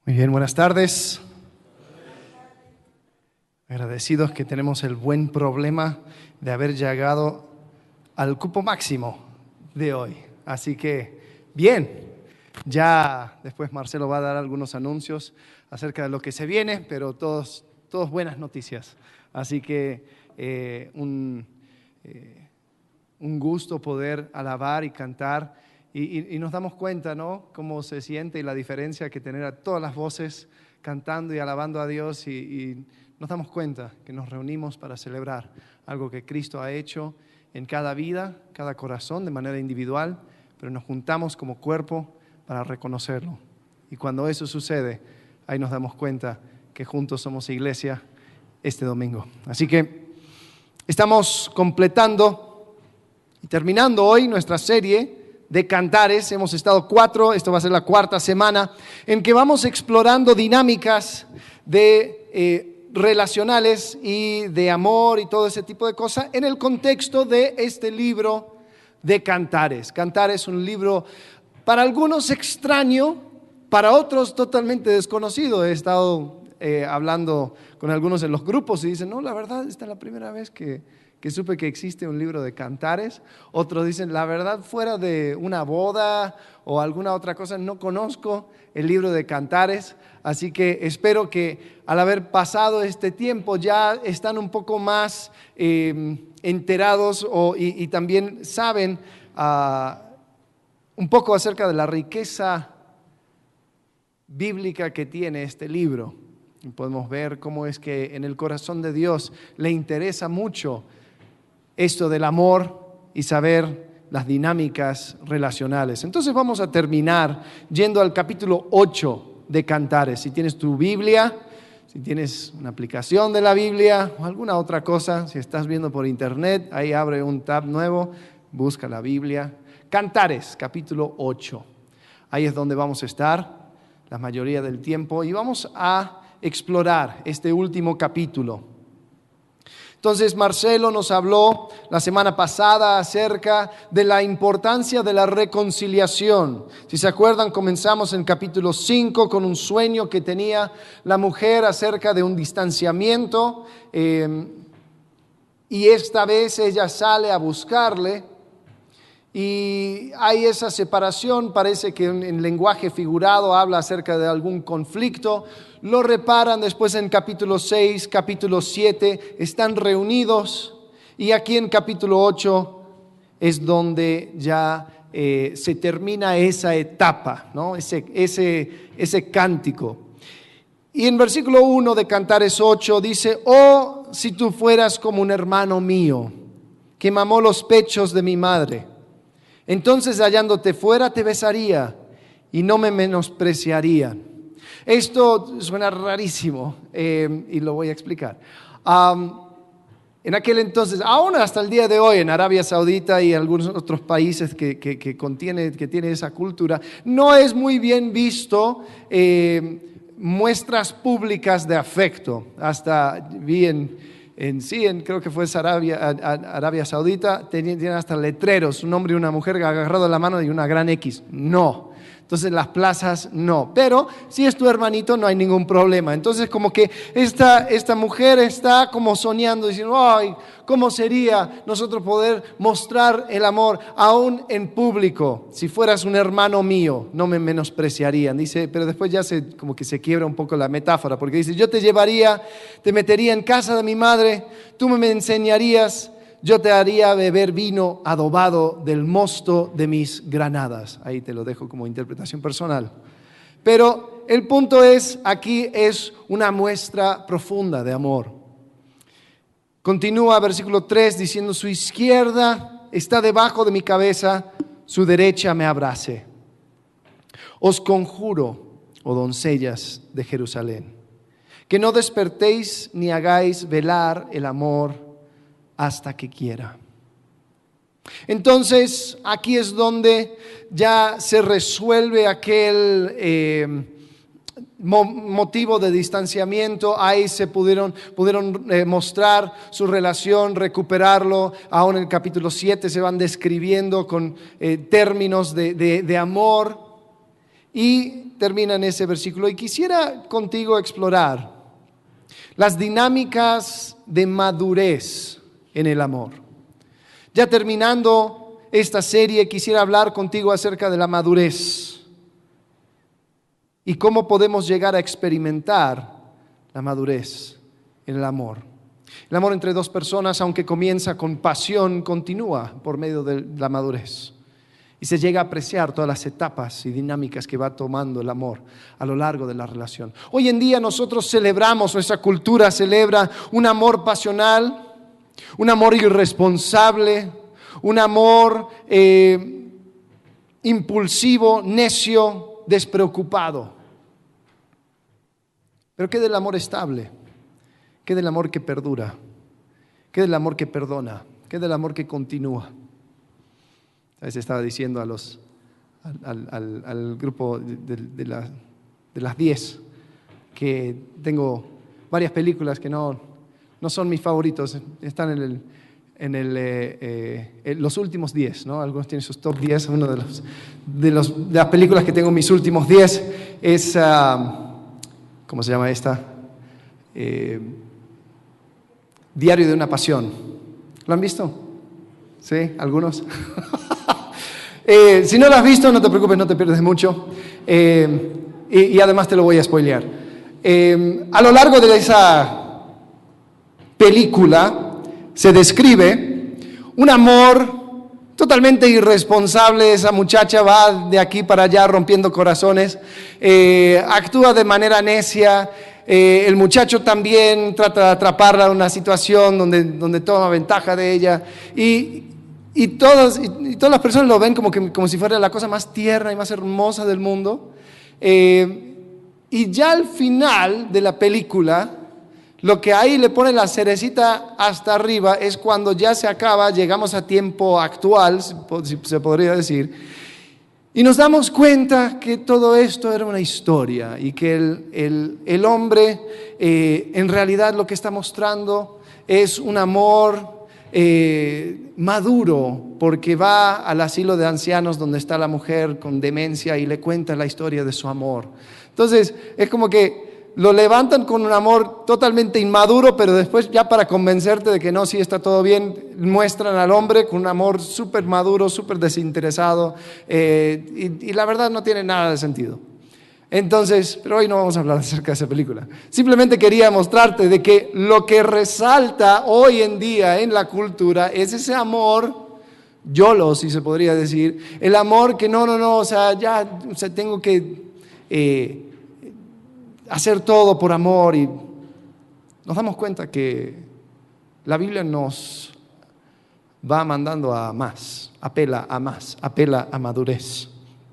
Muy bien, buenas tardes. Agradecidos que tenemos el buen problema de haber llegado al cupo máximo de hoy. Así que, bien, ya después Marcelo va a dar algunos anuncios acerca de lo que se viene, pero todos buenas noticias. Así que un gusto poder alabar y cantar. Y nos damos cuenta, ¿no?, cómo se siente y la diferencia que tener a todas las voces cantando y alabando a Dios. Y nos damos cuenta que nos reunimos para celebrar algo que Cristo ha hecho en cada vida, cada corazón, de manera individual, pero nos juntamos como cuerpo para reconocerlo. Y cuando eso sucede, ahí nos damos cuenta que juntos somos iglesia este domingo. Así que estamos completando y terminando hoy nuestra serie de cantares. Hemos estado 4, esto va a ser la 4ª semana, en que vamos explorando dinámicas de relacionales y de amor y todo ese tipo de cosas en el contexto de este libro de Cantares. Cantares es un libro para algunos extraño, para otros totalmente desconocido. He estado hablando con algunos en los grupos y dicen, no, la verdad, esta es la primera vez que supe que existe un libro de cantares. Otros dicen, la verdad, fuera de una boda o alguna otra cosa, no conozco el libro de cantares. Así que espero que al haber pasado este tiempo ya están un poco más enterados y también saben un poco acerca de la riqueza bíblica que tiene este libro. Y podemos ver cómo es que en el corazón de Dios le interesa mucho esto del amor y saber las dinámicas relacionales. Entonces vamos a terminar yendo al capítulo 8 de Cantares. Si tienes tu Biblia, si tienes una aplicación de la Biblia o alguna otra cosa, si estás viendo por internet, ahí abre un tab nuevo, busca la Biblia. Cantares, capítulo 8. Ahí es donde vamos a estar la mayoría del tiempo y vamos a explorar este último capítulo. Entonces Marcelo nos habló la semana pasada acerca de la importancia de la reconciliación. Si se acuerdan, comenzamos en capítulo 5 con un sueño que tenía la mujer acerca de un distanciamiento, y esta vez ella sale a buscarle y hay esa separación. Parece que en lenguaje figurado habla acerca de algún conflicto. Lo reparan después en capítulo 6, capítulo 7, están reunidos, y aquí en capítulo 8 es donde ya se termina esa etapa, ¿no? Ese cántico. Y en versículo 1 de Cantares 8 dice, oh, si tú fueras como un hermano mío, que mamó los pechos de mi madre, entonces hallándote fuera te besaría y no me menospreciaría. Esto suena rarísimo y lo voy a explicar. En aquel entonces, aún hasta el día de hoy, en Arabia Saudita y algunos otros países que tiene esa cultura, no es muy bien visto muestras públicas de afecto. Hasta vi creo que fue Arabia Saudita, tienen hasta letreros, un hombre y una mujer agarrados de la mano y una gran X. No. Entonces las plazas no, pero si es tu hermanito no hay ningún problema. Entonces como que esta mujer está como soñando, diciendo, ay, ¿cómo sería nosotros poder mostrar el amor aún en público? Si fueras un hermano mío, no me menospreciarían. Dice, pero después ya como que se quiebra un poco la metáfora, porque dice, yo te metería en casa de mi madre, tú me enseñarías, yo te haría beber vino adobado del mosto de mis granadas. Ahí te lo dejo como interpretación personal. Pero el punto aquí es una muestra profunda de amor. Continúa versículo 3 diciendo, su izquierda está debajo de mi cabeza, su derecha me abrace. Os conjuro, oh doncellas de Jerusalén, que no despertéis ni hagáis velar el amor hasta que quiera. Entonces aquí es donde ya se resuelve aquel motivo de distanciamiento. Ahí se pudieron mostrar su relación, recuperarlo. Aún en el capítulo 7 se van describiendo con términos de amor. y termina en ese versículo. Y quisiera contigo explorar las dinámicas de madurez en el amor. Ya terminando esta serie, quisiera hablar contigo acerca de la madurez y cómo podemos llegar a experimentar la madurez en el amor. El amor entre dos personas, aunque comienza con pasión, continúa por medio de la madurez. Y se llega a apreciar todas las etapas y dinámicas que va tomando el amor a lo largo de la relación. Hoy en día nosotros celebramos, nuestra cultura celebra un amor pasional, un amor irresponsable, un amor impulsivo, necio, despreocupado. Pero ¿qué del amor estable? ¿Qué del amor que perdura? ¿Qué del amor que perdona? ¿Qué del amor que continúa? A veces estaba diciendo al grupo de las 10 que tengo varias películas que no son mis favoritos, están en los últimos 10, ¿no? Algunos tienen sus top 10. Uno de las películas que tengo en mis últimos 10 es, ¿cómo se llama esta? Diario de una pasión. ¿Lo han visto? ¿Sí? ¿Algunos? Si no lo has visto, no te preocupes, no te pierdes mucho. Y además te lo voy a spoilear. A lo largo de esa película se describe un amor totalmente irresponsable. Esa muchacha va de aquí para allá rompiendo corazones, actúa de manera necia. El muchacho también trata de atraparla en una situación donde toma ventaja de ella. Y todas las personas lo ven como si fuera la cosa más tierna y más hermosa del mundo. Y ya al final de la película, lo que ahí le pone la cerecita hasta arriba es cuando ya se acaba, llegamos a tiempo actual, si se podría decir, y nos damos cuenta que todo esto era una historia y que el hombre en realidad lo que está mostrando es un amor maduro, porque va al asilo de ancianos donde está la mujer con demencia y le cuenta la historia de su amor. Entonces es como que lo levantan con un amor totalmente inmaduro, pero después ya para convencerte de que no, sí está todo bien, muestran al hombre con un amor súper maduro, súper desinteresado, y la verdad no tiene nada de sentido. Entonces, pero hoy no vamos a hablar acerca de esa película. Simplemente quería mostrarte de que lo que resalta hoy en día en la cultura es ese amor YOLO, si se podría decir, el amor que no, o sea, tengo que hacer todo por amor, y nos damos cuenta que la Biblia nos va mandando a más, apela a madurez.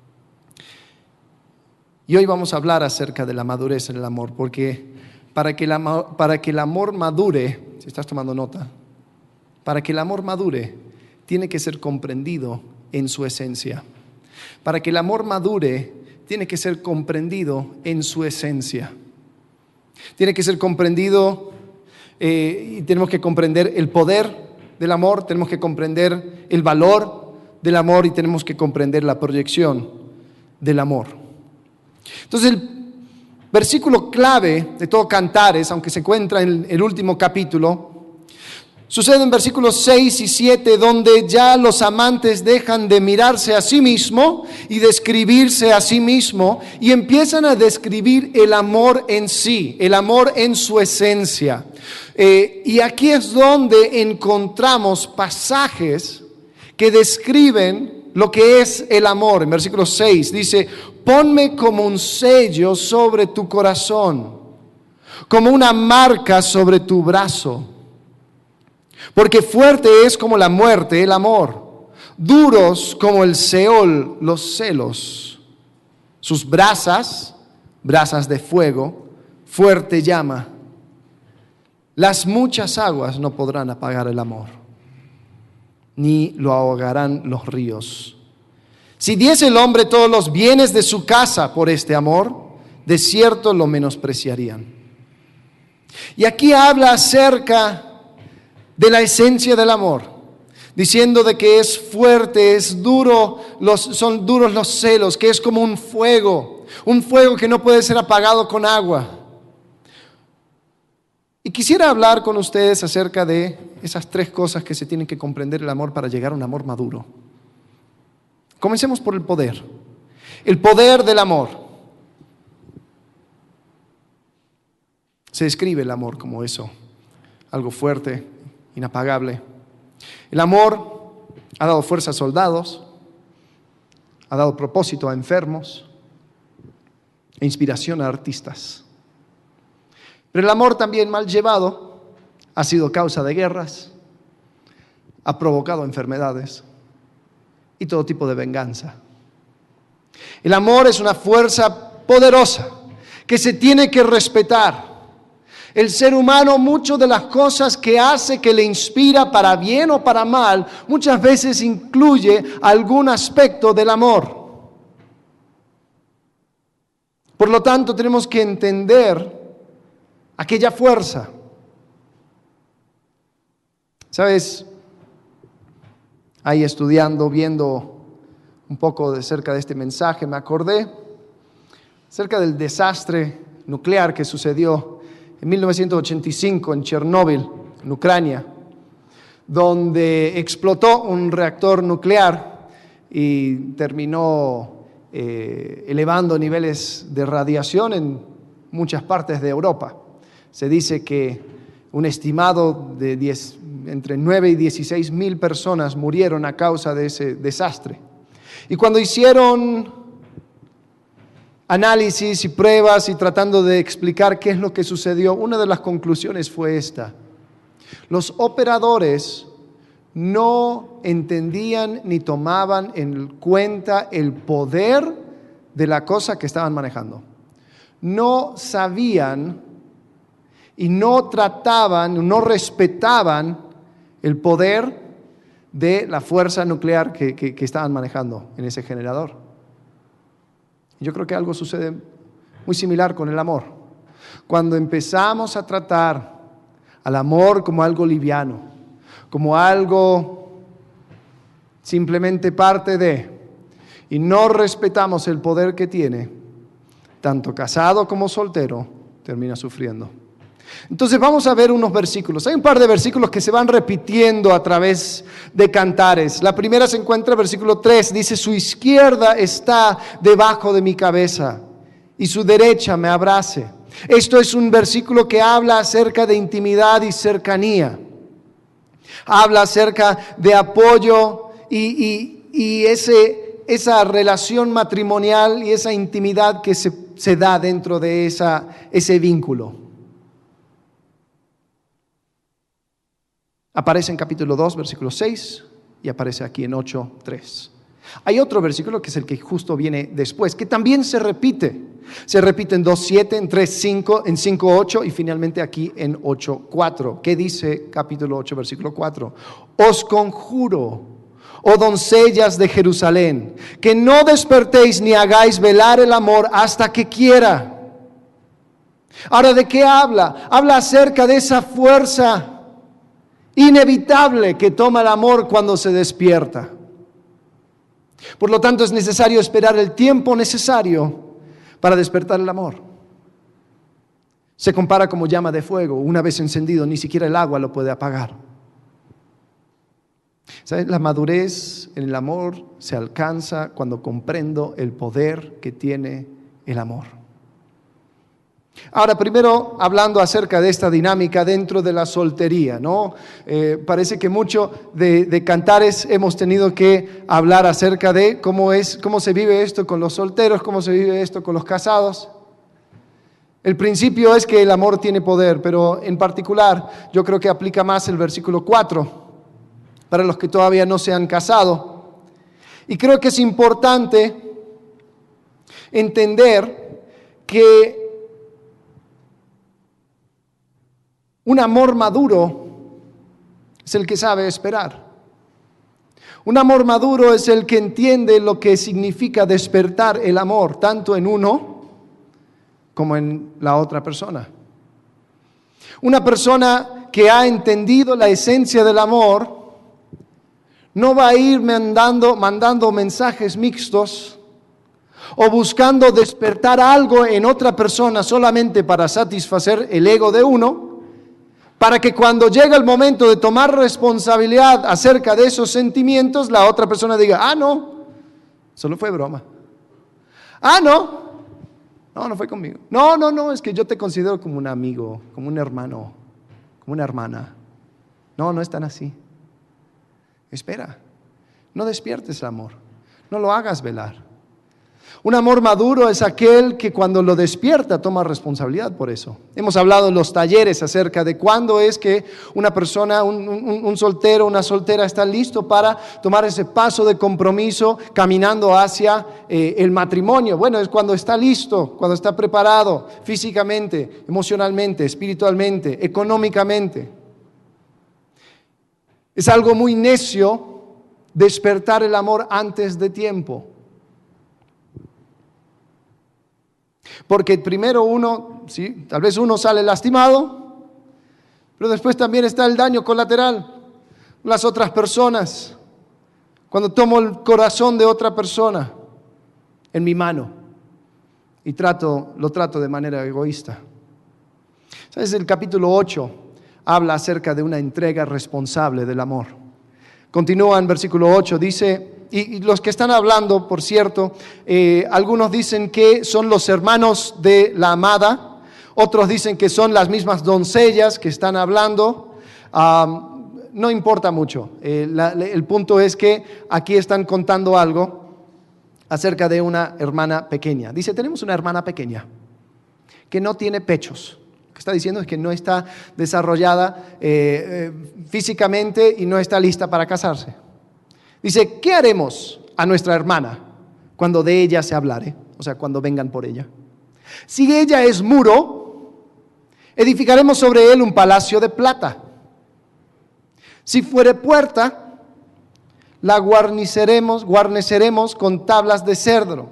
Y hoy vamos a hablar acerca de la madurez en el amor, porque para que el amor madure, si estás tomando nota, para que el amor madure, tiene que ser comprendido en su esencia. Para que el amor madure, tiene que ser comprendido en su esencia. Tiene que ser comprendido, y tenemos que comprender el poder del amor, tenemos que comprender el valor del amor y tenemos que comprender la proyección del amor. Entonces el versículo clave de todo Cantares, aunque se encuentra en el último capítulo, sucede en versículos 6 y 7, donde ya los amantes dejan de mirarse a sí mismo y describirse a sí mismo y empiezan a describir el amor en sí, el amor en su esencia. Y aquí es donde encontramos pasajes que describen lo que es el amor. En versículo 6 dice: ponme como un sello sobre tu corazón, como una marca sobre tu brazo. Porque fuerte es como la muerte el amor, duros como el Seol los celos. Sus brasas de fuego, fuerte llama. Las muchas aguas no podrán apagar el amor, ni lo ahogarán los ríos. Si diese el hombre todos los bienes de su casa por este amor, de cierto lo menospreciarían. Y aquí habla acerca de la esencia del amor, diciendo de que es fuerte, es duro, son duros los celos, que es como un fuego, un fuego que no puede ser apagado con agua. Y quisiera hablar con ustedes acerca de esas 3 cosas que se tienen que comprender el amor para llegar a un amor maduro. Comencemos por el poder. El poder del amor. Se describe el amor como eso, algo fuerte, inapagable. El amor ha dado fuerza a soldados, ha dado propósito a enfermos e inspiración a artistas. Pero el amor también mal llevado ha sido causa de guerras, ha provocado enfermedades y todo tipo de venganza. El amor es una fuerza poderosa que se tiene que respetar. El ser humano, muchas de las cosas que hace, que le inspira para bien o para mal, muchas veces incluye algún aspecto del amor. Por lo tanto, tenemos que entender aquella fuerza. ¿Sabes? Ahí estudiando, viendo un poco de cerca de este mensaje, me acordé acerca del desastre nuclear que sucedió en 1985 en Chernóbil, en Ucrania, donde explotó un reactor nuclear y terminó elevando niveles de radiación en muchas partes de Europa. Se dice que un estimado de entre 9 y 16 mil personas murieron a causa de ese desastre. Y cuando hicieron análisis y pruebas y tratando de explicar qué es lo que sucedió, una de las conclusiones fue esta: los operadores no entendían ni tomaban en cuenta el poder de la cosa que estaban manejando. No sabían y no trataban, no respetaban el poder de la fuerza nuclear que estaban manejando en ese generador. Yo creo que algo sucede muy similar con el amor. Cuando empezamos a tratar al amor como algo liviano, como algo simplemente parte de, y no respetamos el poder que tiene, tanto casado como soltero, termina sufriendo. Entonces vamos a ver unos versículos. Hay un par de versículos que se van repitiendo a través de Cantares. La primera se encuentra en versículo 3, dice: su izquierda está debajo de mi cabeza y su derecha me abrace. Esto es un versículo que habla acerca de intimidad y cercanía. Habla acerca de apoyo y esa relación matrimonial y esa intimidad que se da dentro de ese vínculo. Aparece en capítulo 2, versículo 6 y aparece aquí en 8:3. Hay otro versículo que es el que justo viene después, que también se repite. Se repite en 2:7, en 3:5, en 5:8 y finalmente aquí en 8:4. ¿Qué dice capítulo 8, versículo 4? Os conjuro, oh doncellas de Jerusalén, que no despertéis ni hagáis velar el amor hasta que quiera. Ahora, ¿de qué habla? Habla acerca de esa fuerza inevitable que toma el amor cuando se despierta. Por lo tanto, es necesario esperar el tiempo necesario para despertar el amor. Se compara como llama de fuego. Una vez encendido, ni siquiera el agua lo puede apagar. ¿Sabes? La madurez en el amor se alcanza cuando comprendo el poder que tiene el amor. Ahora, primero hablando acerca de esta dinámica dentro de la soltería, ¿no? Parece que mucho de Cantares hemos tenido que hablar acerca de cómo se vive esto con los solteros, cómo se vive esto con los casados. El principio es que el amor tiene poder, pero en particular yo creo que aplica más el versículo 4 para los que todavía no se han casado. Y creo que es importante entender que un amor maduro es el que sabe esperar. Un amor maduro es el que entiende lo que significa despertar el amor, tanto en uno como en la otra persona. Una persona que ha entendido la esencia del amor no va a ir mandando mensajes mixtos o buscando despertar algo en otra persona solamente para satisfacer el ego de uno, para que cuando llega el momento de tomar responsabilidad acerca de esos sentimientos, la otra persona diga, ah, no, solo fue broma. Ah, no fue conmigo. No, es que yo te considero como un amigo, como un hermano, como una hermana. No es tan así. Espera, no despiertes el amor, no lo hagas velar. Un amor maduro es aquel que cuando lo despierta toma responsabilidad por eso. Hemos hablado en los talleres acerca de cuándo es que una persona, un soltero, una soltera está listo para tomar ese paso de compromiso caminando hacia el matrimonio. Bueno, es cuando está listo, cuando está preparado físicamente, emocionalmente, espiritualmente, económicamente. Es algo muy necio despertar el amor antes de tiempo. Porque primero uno, sí, tal vez uno sale lastimado, pero después también está el daño colateral, las otras personas. Cuando tomo el corazón de otra persona en mi mano y lo trato de manera egoísta. ¿Sabes? El capítulo 8 habla acerca de una entrega responsable del amor. Continúa en versículo 8, dice... Y los que están hablando, por cierto, algunos dicen que son los hermanos de la amada, otros dicen que son las mismas doncellas que están hablando. No importa mucho. El punto es que aquí están contando algo acerca de una hermana pequeña. Dice, tenemos una hermana pequeña que no tiene pechos. Lo que está diciendo es que no está desarrollada físicamente y no está lista para casarse. Dice, ¿qué haremos a nuestra hermana cuando de ella se hablare? O sea, cuando vengan por ella. Si ella es muro, edificaremos sobre él un palacio de plata. Si fuere puerta, la guarneceremos con tablas de cedro.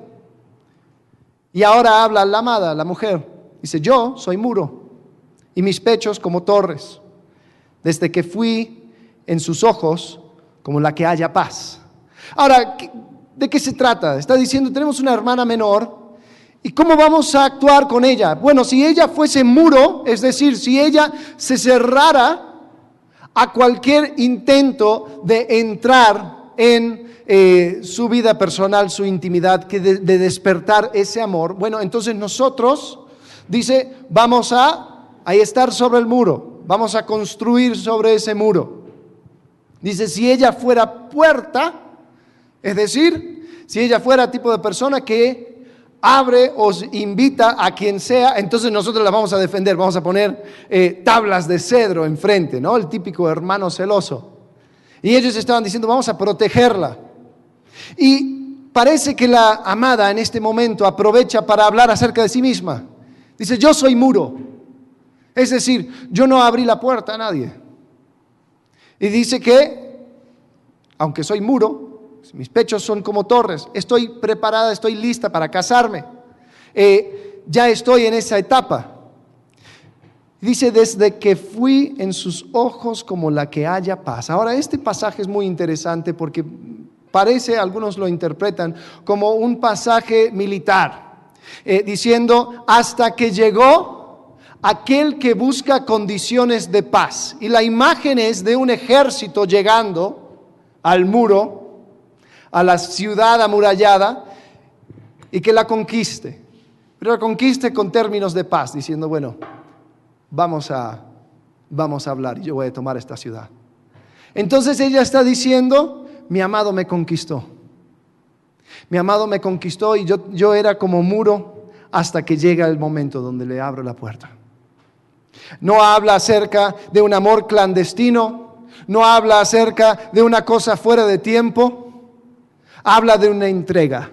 Y ahora habla la amada, la mujer. Dice, yo soy muro y mis pechos como torres. Desde que fui en sus ojos como la que haya paz. Ahora, ¿de qué se trata? Está diciendo, tenemos una hermana menor, ¿y cómo vamos a actuar con ella? Bueno, si ella fuese muro, es decir, si ella se cerrara a cualquier intento de entrar en su vida personal, su intimidad, de despertar ese amor, bueno, entonces nosotros, dice, vamos a estar sobre el muro, vamos a construir sobre ese muro. Dice, si ella fuera puerta, es decir, si ella fuera tipo de persona que abre o invita a quien sea, entonces nosotros la vamos a defender, vamos a poner tablas de cedro enfrente, ¿no? El típico hermano celoso. Y ellos estaban diciendo, vamos a protegerla. Y parece que la amada en este momento aprovecha para hablar acerca de sí misma. Dice, yo soy muro. Es decir, yo no abrí la puerta a nadie. Y dice que, aunque soy muro, mis pechos son como torres, estoy preparada, estoy lista para casarme. Ya estoy en esa etapa. Dice, desde que fui en sus ojos como la que haya paz. Ahora, este pasaje es muy interesante porque parece, algunos lo interpretan como un pasaje militar, diciendo, hasta que llegó aquel que busca condiciones de paz. Y la imagen es de un ejército llegando al muro, a la ciudad amurallada, y que la conquiste. Pero la conquiste con términos de paz, diciendo, bueno, vamos a hablar y yo voy a tomar esta ciudad. Entonces ella está diciendo, mi amado me conquistó. Mi amado me conquistó y yo era como muro hasta que llega el momento donde le abro la puerta. No habla acerca de un amor clandestino, no habla acerca de una cosa fuera de tiempo, habla de una entrega.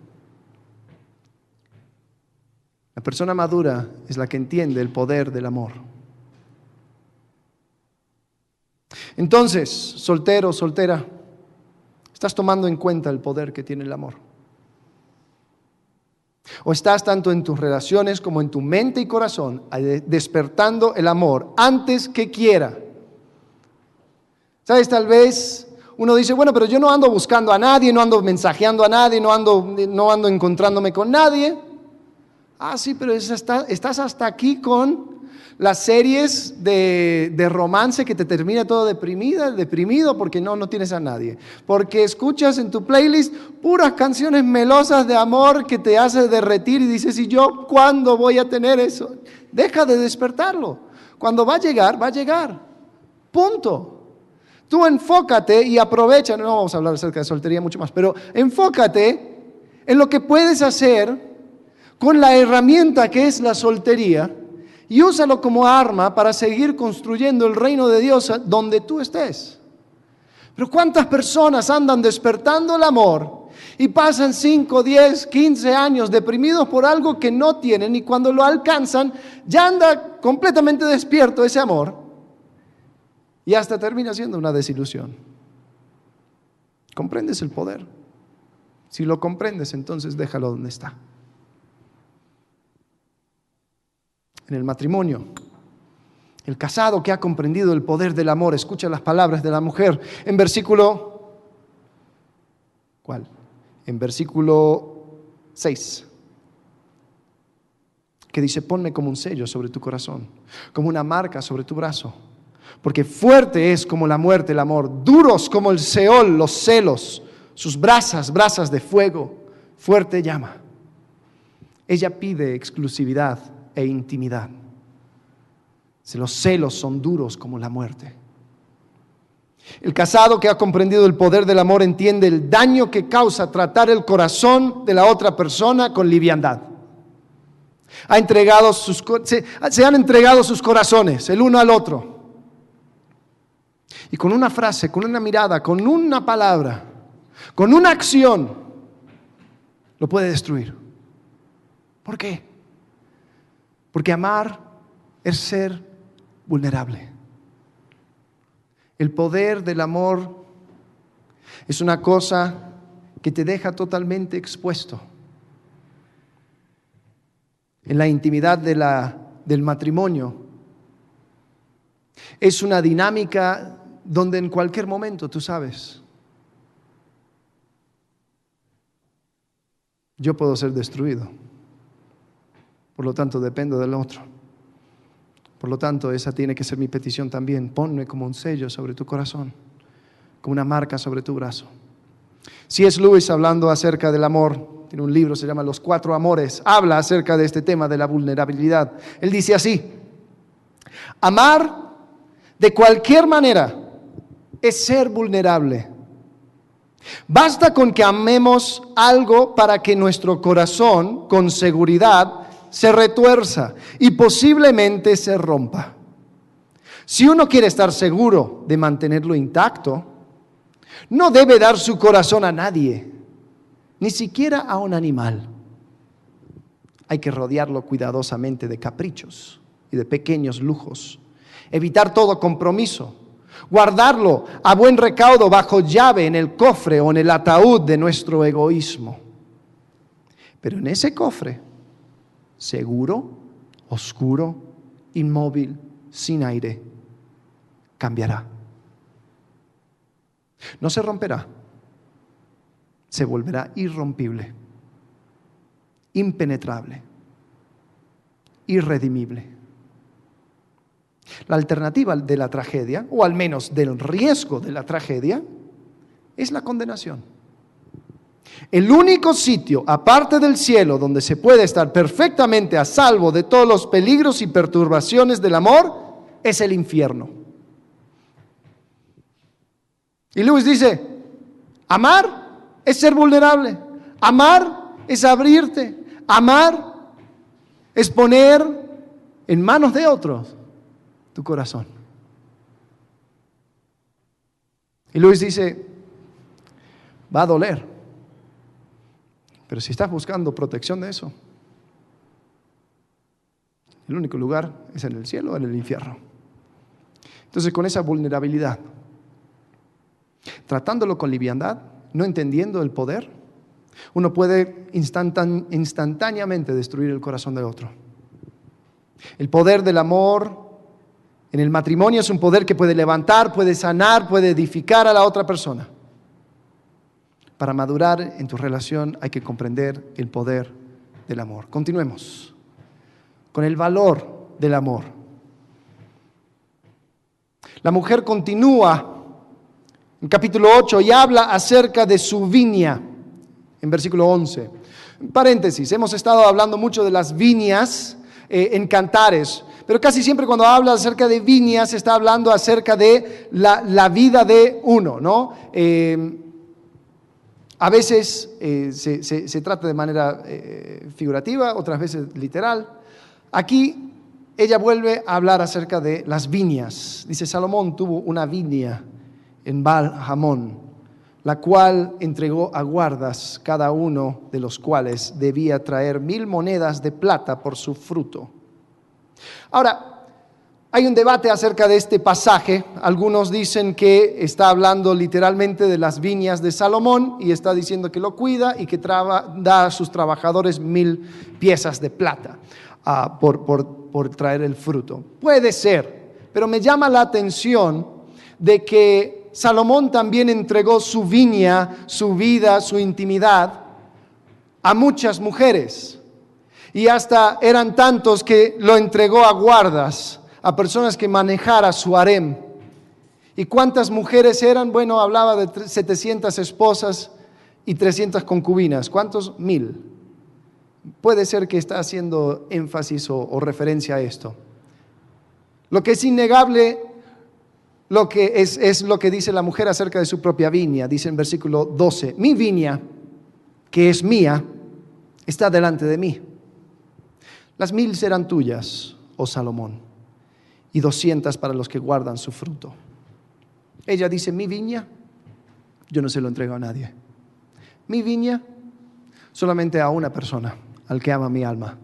La persona madura es la que entiende el poder del amor. Entonces, soltero, soltera, ¿estás tomando en cuenta el poder que tiene el amor? ¿O estás tanto en tus relaciones como en tu mente y corazón despertando el amor antes que quiera? ¿Sabes? Tal vez uno dice, bueno, pero yo no ando buscando a nadie, no ando mensajeando a nadie, no ando encontrándome con nadie. Ah, sí, pero estás hasta aquí con las series de romance que te termina todo deprimido porque no tienes a nadie. Porque escuchas en tu playlist puras canciones melosas de amor que te hace derretir y dices, ¿y yo cuándo voy a tener eso? Deja de despertarlo. Cuando va a llegar. Punto. Tú enfócate y aprovecha, no vamos a hablar acerca de soltería mucho más, pero enfócate en lo que puedes hacer con la herramienta que es la soltería y úsalo como arma para seguir construyendo el reino de Dios donde tú estés. Pero ¿cuántas personas andan despertando el amor y pasan 5, 10, 15 años deprimidos por algo que no tienen y cuando lo alcanzan ya anda completamente despierto ese amor y hasta termina siendo una desilusión? ¿Comprendes el poder? Si lo comprendes, entonces déjalo donde está. En el matrimonio, el casado que ha comprendido el poder del amor, escucha las palabras de la mujer en versículo, ¿cuál? En versículo 6, que dice, ponme como un sello sobre tu corazón, como una marca sobre tu brazo, porque fuerte es como la muerte el amor, duros como el Seol los celos, sus brasas de fuego, fuerte llama. Ella pide exclusividad e intimidad. Los celos son duros como la muerte. El casado que ha comprendido el poder del amor entiende el daño que causa tratar el corazón de la otra persona con liviandad. Se han entregado sus corazones el uno al otro. Y con una frase, con una mirada, con una palabra, con una acción, lo puede destruir. ¿Por qué? Porque amar es ser vulnerable. El poder del amor es una cosa que te deja totalmente expuesto. En la intimidad del matrimonio es una dinámica donde en cualquier momento tú sabes, yo puedo ser destruido. Por lo tanto, dependo del otro. Por lo tanto, esa tiene que ser mi petición también. Ponme como un sello sobre tu corazón, como una marca sobre tu brazo. C.S. Lewis, hablando acerca del amor, tiene un libro, se llama Los 4 Amores, habla acerca de este tema de la vulnerabilidad. Él dice así: amar de cualquier manera es ser vulnerable. Basta con que amemos algo para que nuestro corazón, con seguridad, se retuerza y posiblemente se rompa. Si uno quiere estar seguro de mantenerlo intacto, no debe dar su corazón a nadie, ni siquiera a un animal. Hay que rodearlo cuidadosamente de caprichos y de pequeños lujos, evitar todo compromiso, guardarlo a buen recaudo bajo llave en el cofre o en el ataúd de nuestro egoísmo. Pero en ese cofre, seguro, oscuro, inmóvil, sin aire, cambiará. No se romperá, se volverá irrompible, impenetrable, irredimible. La alternativa de la tragedia, o al menos del riesgo de la tragedia, es la condenación. El único sitio, aparte del cielo, donde se puede estar perfectamente a salvo de todos los peligros y perturbaciones del amor, es el infierno. Y Lewis dice, amar es ser vulnerable, amar es abrirte, amar es poner en manos de otros tu corazón. Y Lewis dice, va a doler. Pero si estás buscando protección de eso, el único lugar es en el cielo o en el infierno. Entonces, con esa vulnerabilidad, tratándolo con liviandad, no entendiendo el poder, uno puede instantáneamente destruir el corazón del otro. El poder del amor En el matrimonio es un poder que puede levantar, puede sanar, puede edificar a la otra persona. Para madurar en tu relación hay que comprender el poder del amor. Continuemos con el valor del amor. La mujer continúa en capítulo 8 y habla acerca de su viña, en versículo 11. Paréntesis, hemos estado hablando mucho de las viñas en Cantares, pero casi siempre cuando habla acerca de viñas se está hablando acerca de la vida de uno, ¿no? A veces se trata de manera figurativa, otras veces literal. Aquí ella vuelve a hablar acerca de las viñas. Dice, Salomón tuvo una viña en Baal-Hamón, la cual entregó a guardas, cada uno de los cuales debía traer 1,000 monedas de plata por su fruto. Ahora, hay un debate acerca de este pasaje. Algunos dicen que está hablando literalmente de las viñas de Salomón y está diciendo que lo cuida y que da a sus trabajadores 1,000 piezas de plata por traer el fruto. Puede ser, pero me llama la atención de que Salomón también entregó su viña, su vida, su intimidad a muchas mujeres. Y hasta eran tantos que lo entregó a guardas, a personas que manejara su harem. ¿Y cuántas mujeres eran? Bueno, hablaba de 700 esposas y 300 concubinas. ¿Cuántos? 1,000. Puede ser que está haciendo énfasis o referencia a esto. Lo que es innegable, lo que es lo que dice la mujer acerca de su propia viña. Dice en versículo 12, mi viña, que es mía, está delante de mí. Las 1,000 serán tuyas, oh Salomón, y 200 para los que guardan su fruto. Ella dice, mi viña, yo no se lo entrego a nadie. Mi viña, solamente a una persona, al que ama mi alma.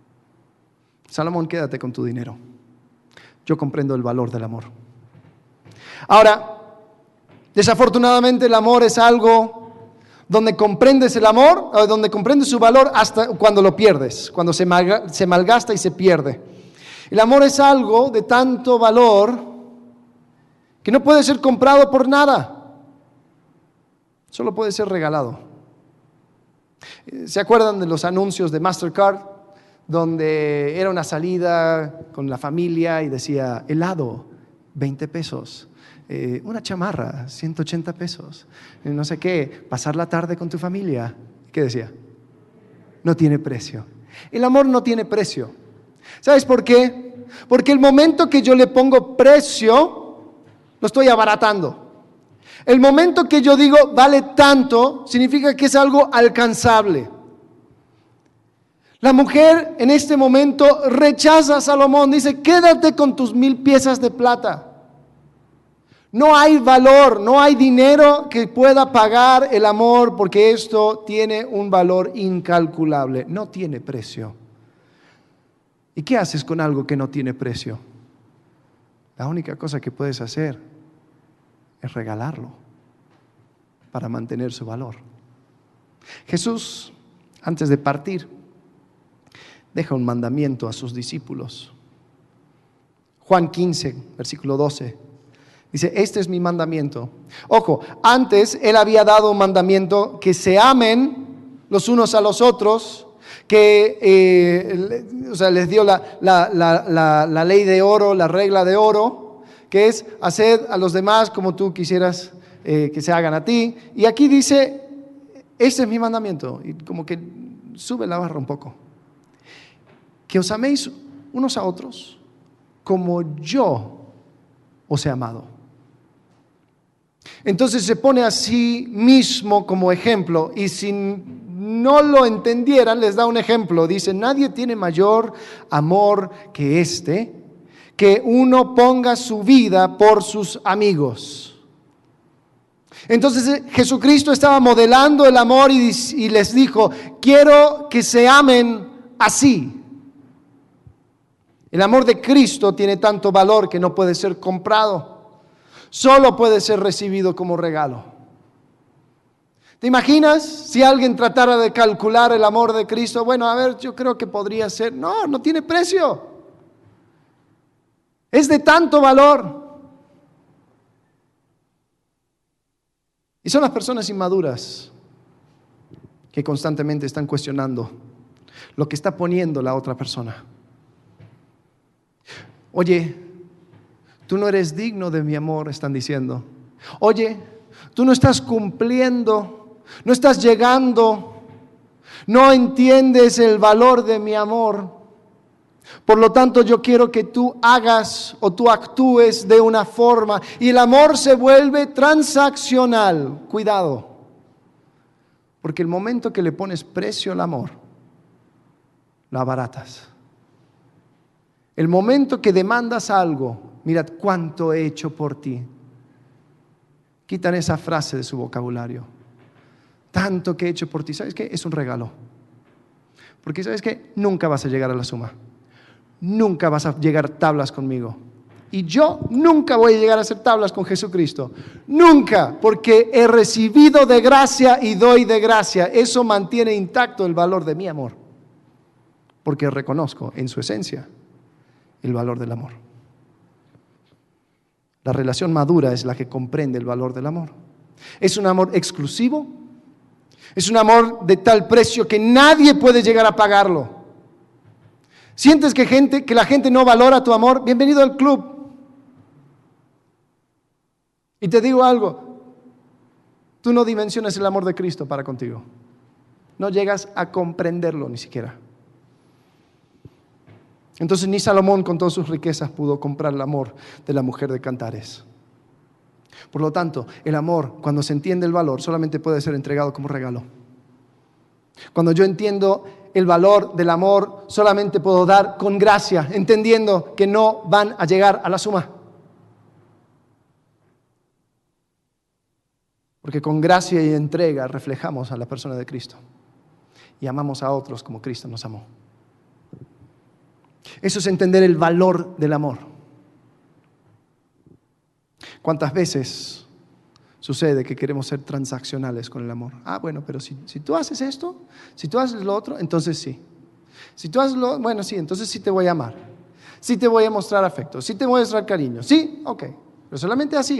Salomón, quédate con tu dinero. Yo comprendo el valor del amor. Ahora, desafortunadamente el amor es algo donde comprendes el amor, o donde comprendes su valor hasta cuando lo pierdes, cuando se malgasta y se pierde. El amor es algo de tanto valor que no puede ser comprado por nada, solo puede ser regalado. ¿Se acuerdan de los anuncios de Mastercard? Donde era una salida con la familia y decía, helado, 20 pesos. Una chamarra, 180 pesos. No sé qué, pasar la tarde con tu familia. ¿Qué decía? No tiene precio. El amor no tiene precio. ¿Sabes por qué? Porque el momento que yo le pongo precio, lo estoy abaratando. El momento que yo digo vale tanto, significa que es algo alcanzable. La mujer en este momento rechaza a Salomón, dice, quédate con tus 1,000 piezas de plata. No hay valor, no hay dinero que pueda pagar el amor, porque esto tiene un valor incalculable, no tiene precio. ¿Y qué haces con algo que no tiene precio? La única cosa que puedes hacer es regalarlo para mantener su valor. Jesús, antes de partir, deja un mandamiento a sus discípulos. Juan 15, versículo 12. Dice, este es mi mandamiento. Ojo, antes Él había dado un mandamiento que se amen los unos a los otros, que les dio la ley de oro, la regla de oro, que es hacer a los demás como tú quisieras que se hagan a ti. Y aquí dice, este es mi mandamiento, y como que sube la barra un poco. Que os améis unos a otros como yo os he amado. Entonces se pone a sí mismo como ejemplo, y si no lo entendieran, les da un ejemplo. Dice, nadie tiene mayor amor que este, que uno ponga su vida por sus amigos. Entonces Jesucristo estaba modelando el amor y les dijo, quiero que se amen así. El amor de Cristo tiene tanto valor que no puede ser comprado, solo puede ser recibido como regalo. ¿Te imaginas si alguien tratara de calcular el amor de Cristo? Bueno, a ver, yo creo que podría ser, no tiene precio. Es de tanto valor. Y son las personas inmaduras que constantemente están cuestionando lo que está poniendo la otra persona. Oye, tú no eres digno de mi amor, están diciendo. Oye, tú no estás cumpliendo, no estás llegando, no entiendes el valor de mi amor. Por lo tanto, yo quiero que tú hagas o tú actúes de una forma. Y el amor se vuelve transaccional. Cuidado. Porque el momento que le pones precio al amor, lo abaratas. El momento que demandas algo, mirad cuánto he hecho por ti. Quitan esa frase de su vocabulario. Tanto que he hecho por ti. ¿Sabes qué? Es un regalo. Porque ¿sabes qué? Nunca vas a llegar a la suma. Nunca vas a llegar tablas conmigo. Y yo nunca voy a llegar a hacer tablas con Jesucristo. Nunca, porque he recibido de gracia y doy de gracia. Eso mantiene intacto el valor de mi amor. Porque reconozco en su esencia el valor del amor. La relación madura es la que comprende el valor del amor. Es un amor exclusivo. Es un amor de tal precio que nadie puede llegar a pagarlo. ¿Sientes que la gente no valora tu amor? Bienvenido al club. Y te digo algo, tú no dimensionas el amor de Cristo para contigo. No llegas a comprenderlo ni siquiera. Entonces ni Salomón con todas sus riquezas pudo comprar el amor de la mujer de Cantares. Por lo tanto, el amor, cuando se entiende el valor, solamente puede ser entregado como regalo. Cuando yo entiendo el valor del amor, solamente puedo dar con gracia, entendiendo que no van a llegar a la suma. Porque con gracia y entrega reflejamos a la persona de Cristo y amamos a otros como Cristo nos amó. Eso es entender el valor del amor. ¿Cuántas veces sucede que queremos ser transaccionales con el amor? Ah, bueno, pero si tú haces esto, si tú haces lo otro, entonces sí. Si tú haces bueno, sí, entonces sí te voy a amar. Sí te voy a mostrar afecto, sí te voy a mostrar cariño. Sí, ok, pero solamente así,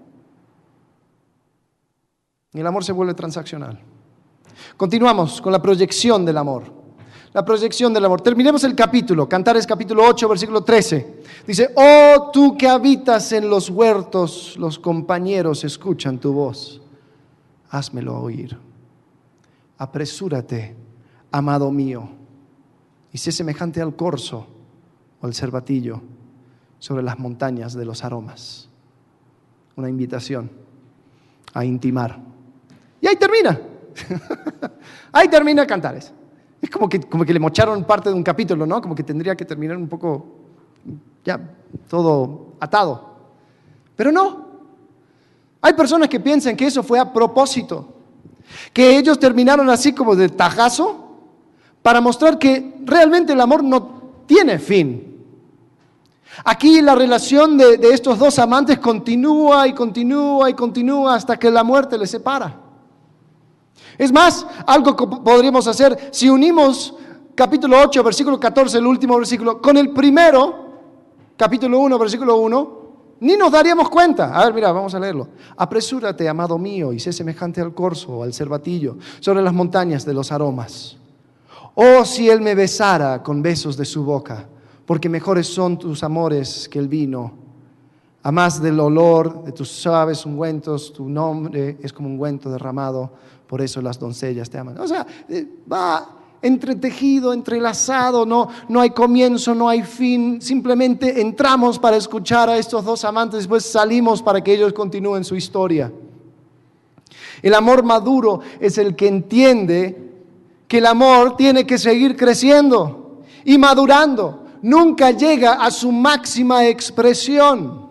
Y el amor se vuelve transaccional. Continuamos con la proyección del amor. La proyección del amor. Terminemos el capítulo. Cantares capítulo 8, versículo 13. Dice, oh tú que habitas en los huertos, los compañeros escuchan tu voz. Házmelo oír. Apresúrate, amado mío, y sé semejante al corzo o al cervatillo sobre las montañas de los aromas. Una invitación a intimar. Y ahí termina. Ahí termina Cantares. Es como que le mocharon parte de un capítulo, ¿no? Como que tendría que terminar un poco ya todo atado. Pero no. Hay personas que piensan que eso fue a propósito. Que ellos terminaron así como de tajazo para mostrar que realmente el amor no tiene fin. Aquí la relación de estos dos amantes continúa y continúa y continúa hasta que la muerte les separa. Es más, algo que podríamos hacer si unimos capítulo 8, versículo 14, el último versículo, con el primero, capítulo 1, versículo 1, ni nos daríamos cuenta. A ver, mira, vamos a leerlo. Apresúrate, amado mío, y sé semejante al corzo o al cervatillo sobre las montañas de los aromas. Oh, si él me besara con besos de su boca, porque mejores son tus amores que el vino. A más del olor de tus suaves ungüentos, tu nombre es como ungüento derramado, por eso las doncellas te aman. O sea, va entretejido, entrelazado, no hay comienzo, no hay fin. Simplemente entramos para escuchar a estos dos amantes, después salimos para que ellos continúen su historia. El amor maduro es el que entiende que el amor tiene que seguir creciendo y madurando. Nunca llega a su máxima expresión.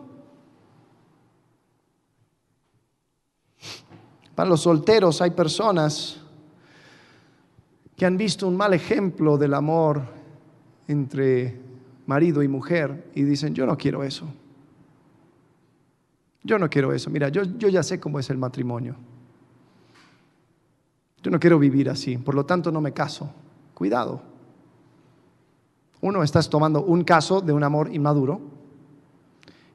Para los solteros hay personas que han visto un mal ejemplo del amor entre marido y mujer y dicen, yo no quiero eso. Yo no quiero eso. Mira, yo ya sé cómo es el matrimonio. Yo no quiero vivir así, por lo tanto no me caso. Cuidado. Uno, estás tomando un caso de un amor inmaduro.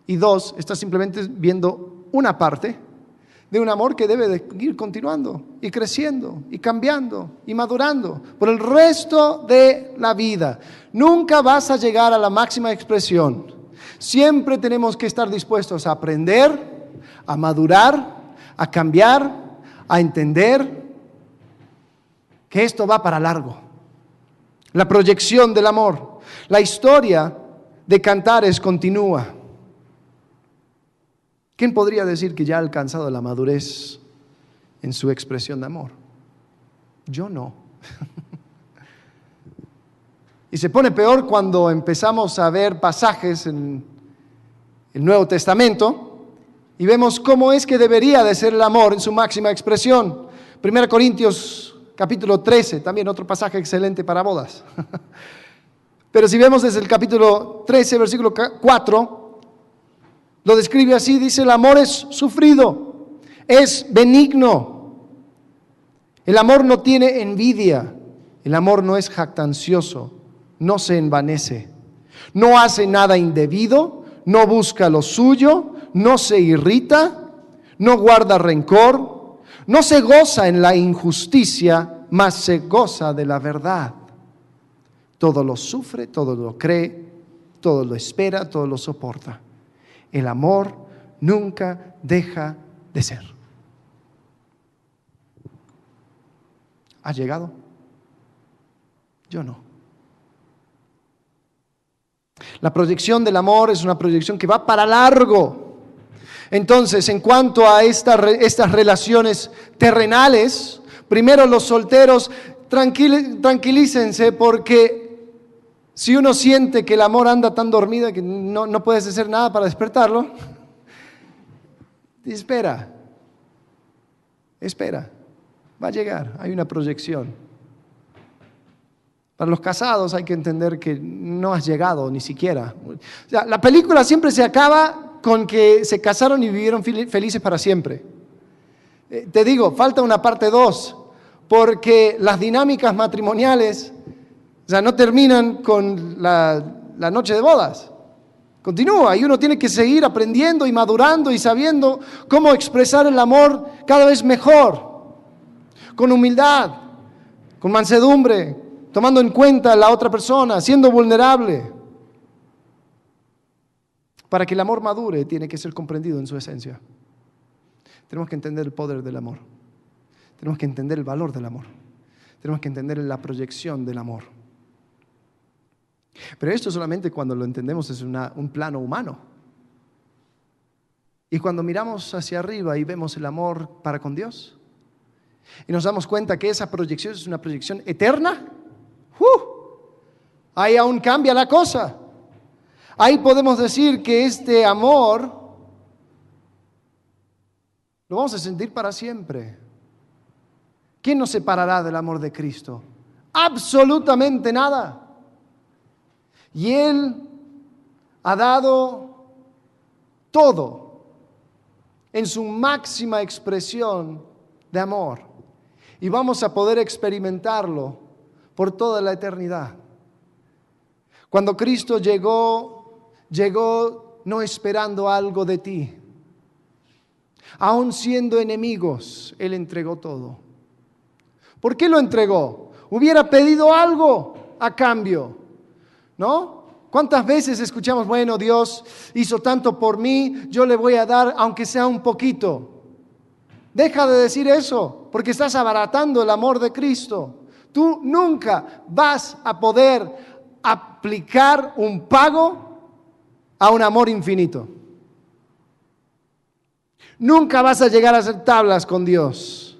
Y 2, estás simplemente viendo una parte de un amor que debe de ir continuando y creciendo y cambiando y madurando por el resto de la vida. Nunca vas a llegar a la máxima expresión. Siempre tenemos que estar dispuestos a aprender, a madurar, a cambiar, a entender que esto va para largo. La proyección del amor, la historia de Cantares continúa. ¿Quién podría decir que ya ha alcanzado la madurez en su expresión de amor? Yo no. Y se pone peor cuando empezamos a ver pasajes en el Nuevo Testamento y vemos cómo es que debería de ser el amor en su máxima expresión. 1 Corintios capítulo 13, también otro pasaje excelente para bodas. Pero si vemos desde el capítulo 13, versículo 4, lo describe así, dice: el amor es sufrido, es benigno. El amor no tiene envidia, el amor no es jactancioso, no se envanece, no hace nada indebido, no busca lo suyo, no se irrita, no guarda rencor, no se goza en la injusticia, mas se goza de la verdad. Todo lo sufre, todo lo cree, todo lo espera, todo lo soporta. El amor nunca deja de ser. ¿Has llegado? Yo no. La proyección del amor es una proyección que va para largo. Entonces, en cuanto a estas relaciones terrenales, primero los solteros, tranquilícense, porque si uno siente que el amor anda tan dormido que no puedes hacer nada para despertarlo, espera, va a llegar, hay una proyección. Para los casados hay que entender que no has llegado ni siquiera. O sea, la película siempre se acaba con que se casaron y vivieron felices para siempre. Te digo, falta una parte 2, porque las dinámicas matrimoniales, o sea, no terminan con la noche de bodas. Continúa y uno tiene que seguir aprendiendo y madurando y sabiendo cómo expresar el amor cada vez mejor, con humildad, con mansedumbre, tomando en cuenta a la otra persona, siendo vulnerable. Para que el amor madure, tiene que ser comprendido en su esencia. Tenemos que entender el poder del amor. Tenemos que entender el valor del amor. Tenemos que entender la proyección del amor. Pero esto solamente cuando lo entendemos es un plano humano. Y cuando miramos hacia arriba y vemos el amor para con Dios, y nos damos cuenta que esa proyección es una proyección eterna, ahí aún cambia la cosa. Ahí podemos decir que este amor lo vamos a sentir para siempre. ¿Quién nos separará del amor de Cristo? Absolutamente nada. Y Él ha dado todo en su máxima expresión de amor. Y vamos a poder experimentarlo por toda la eternidad. Cuando Cristo llegó no esperando algo de ti. Aun siendo enemigos, Él entregó todo. ¿Por qué lo entregó? Hubiera pedido algo a cambio, ¿no? ¿Cuántas veces escuchamos, bueno, Dios hizo tanto por mí, yo le voy a dar aunque sea un poquito? Deja de decir eso, porque estás abaratando el amor de Cristo. Tú nunca vas a poder aplicar un pago a un amor infinito. Nunca vas a llegar a hacer tablas con Dios.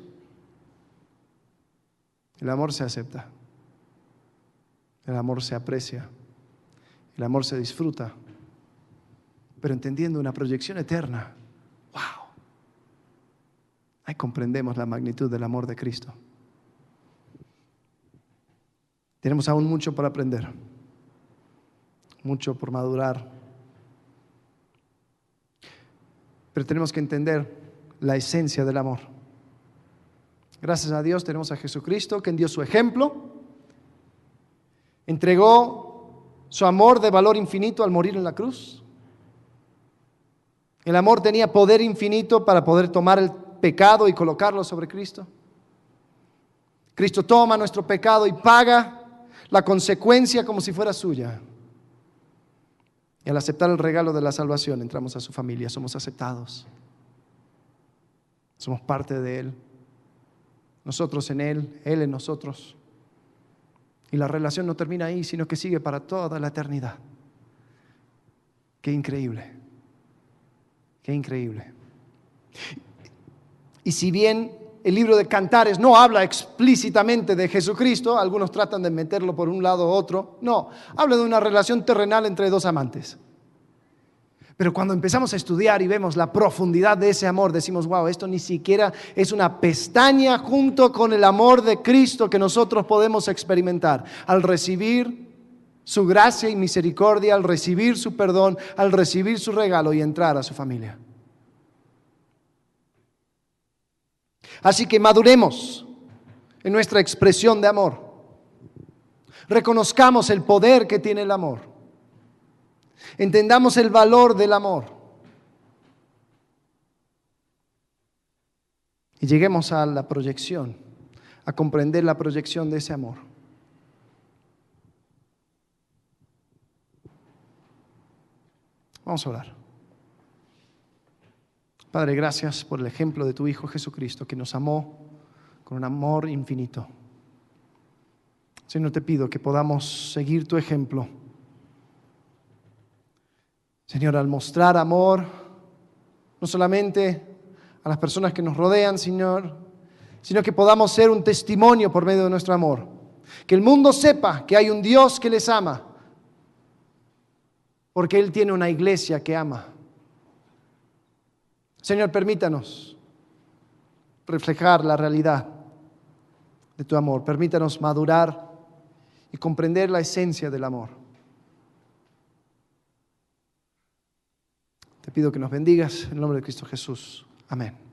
El amor se acepta. El amor se aprecia. El amor se disfruta. Pero entendiendo una proyección eterna. ¡Wow! Ahí comprendemos la magnitud del amor de Cristo. Tenemos aún mucho por aprender. Mucho por madurar. Pero tenemos que entender la esencia del amor. Gracias a Dios tenemos a Jesucristo, quien dio su ejemplo, entregó su amor de valor infinito al morir en la cruz. El amor tenía poder infinito para poder tomar el pecado y colocarlo sobre Cristo. Cristo toma nuestro pecado y paga la consecuencia como si fuera suya. Y al aceptar el regalo de la salvación, entramos a su familia, somos aceptados. Somos parte de Él. Nosotros en Él, Él en nosotros. Y la relación no termina ahí, sino que sigue para toda la eternidad. Qué increíble. Qué increíble. Y si bien el libro de Cantares no habla explícitamente de Jesucristo, algunos tratan de meterlo por un lado u otro, no, habla de una relación terrenal entre dos amantes. Pero cuando empezamos a estudiar y vemos la profundidad de ese amor, decimos, wow, esto ni siquiera es una pestaña junto con el amor de Cristo que nosotros podemos experimentar al recibir su gracia y misericordia, al recibir su perdón, al recibir su regalo y entrar a su familia. Así que maduremos en nuestra expresión de amor. Reconozcamos el poder que tiene el amor. Entendamos el valor del amor. Y lleguemos a la proyección, a comprender la proyección de ese amor. Vamos a orar. Padre, gracias por el ejemplo de tu Hijo Jesucristo, que nos amó con un amor infinito. Señor, te pido que podamos seguir tu ejemplo. Señor, al mostrar amor, no solamente a las personas que nos rodean, Señor, sino que podamos ser un testimonio por medio de nuestro amor. Que el mundo sepa que hay un Dios que les ama, porque Él tiene una iglesia que ama. Señor, permítanos reflejar la realidad de tu amor. Permítanos madurar y comprender la esencia del amor. Te pido que nos bendigas en el nombre de Cristo Jesús. Amén.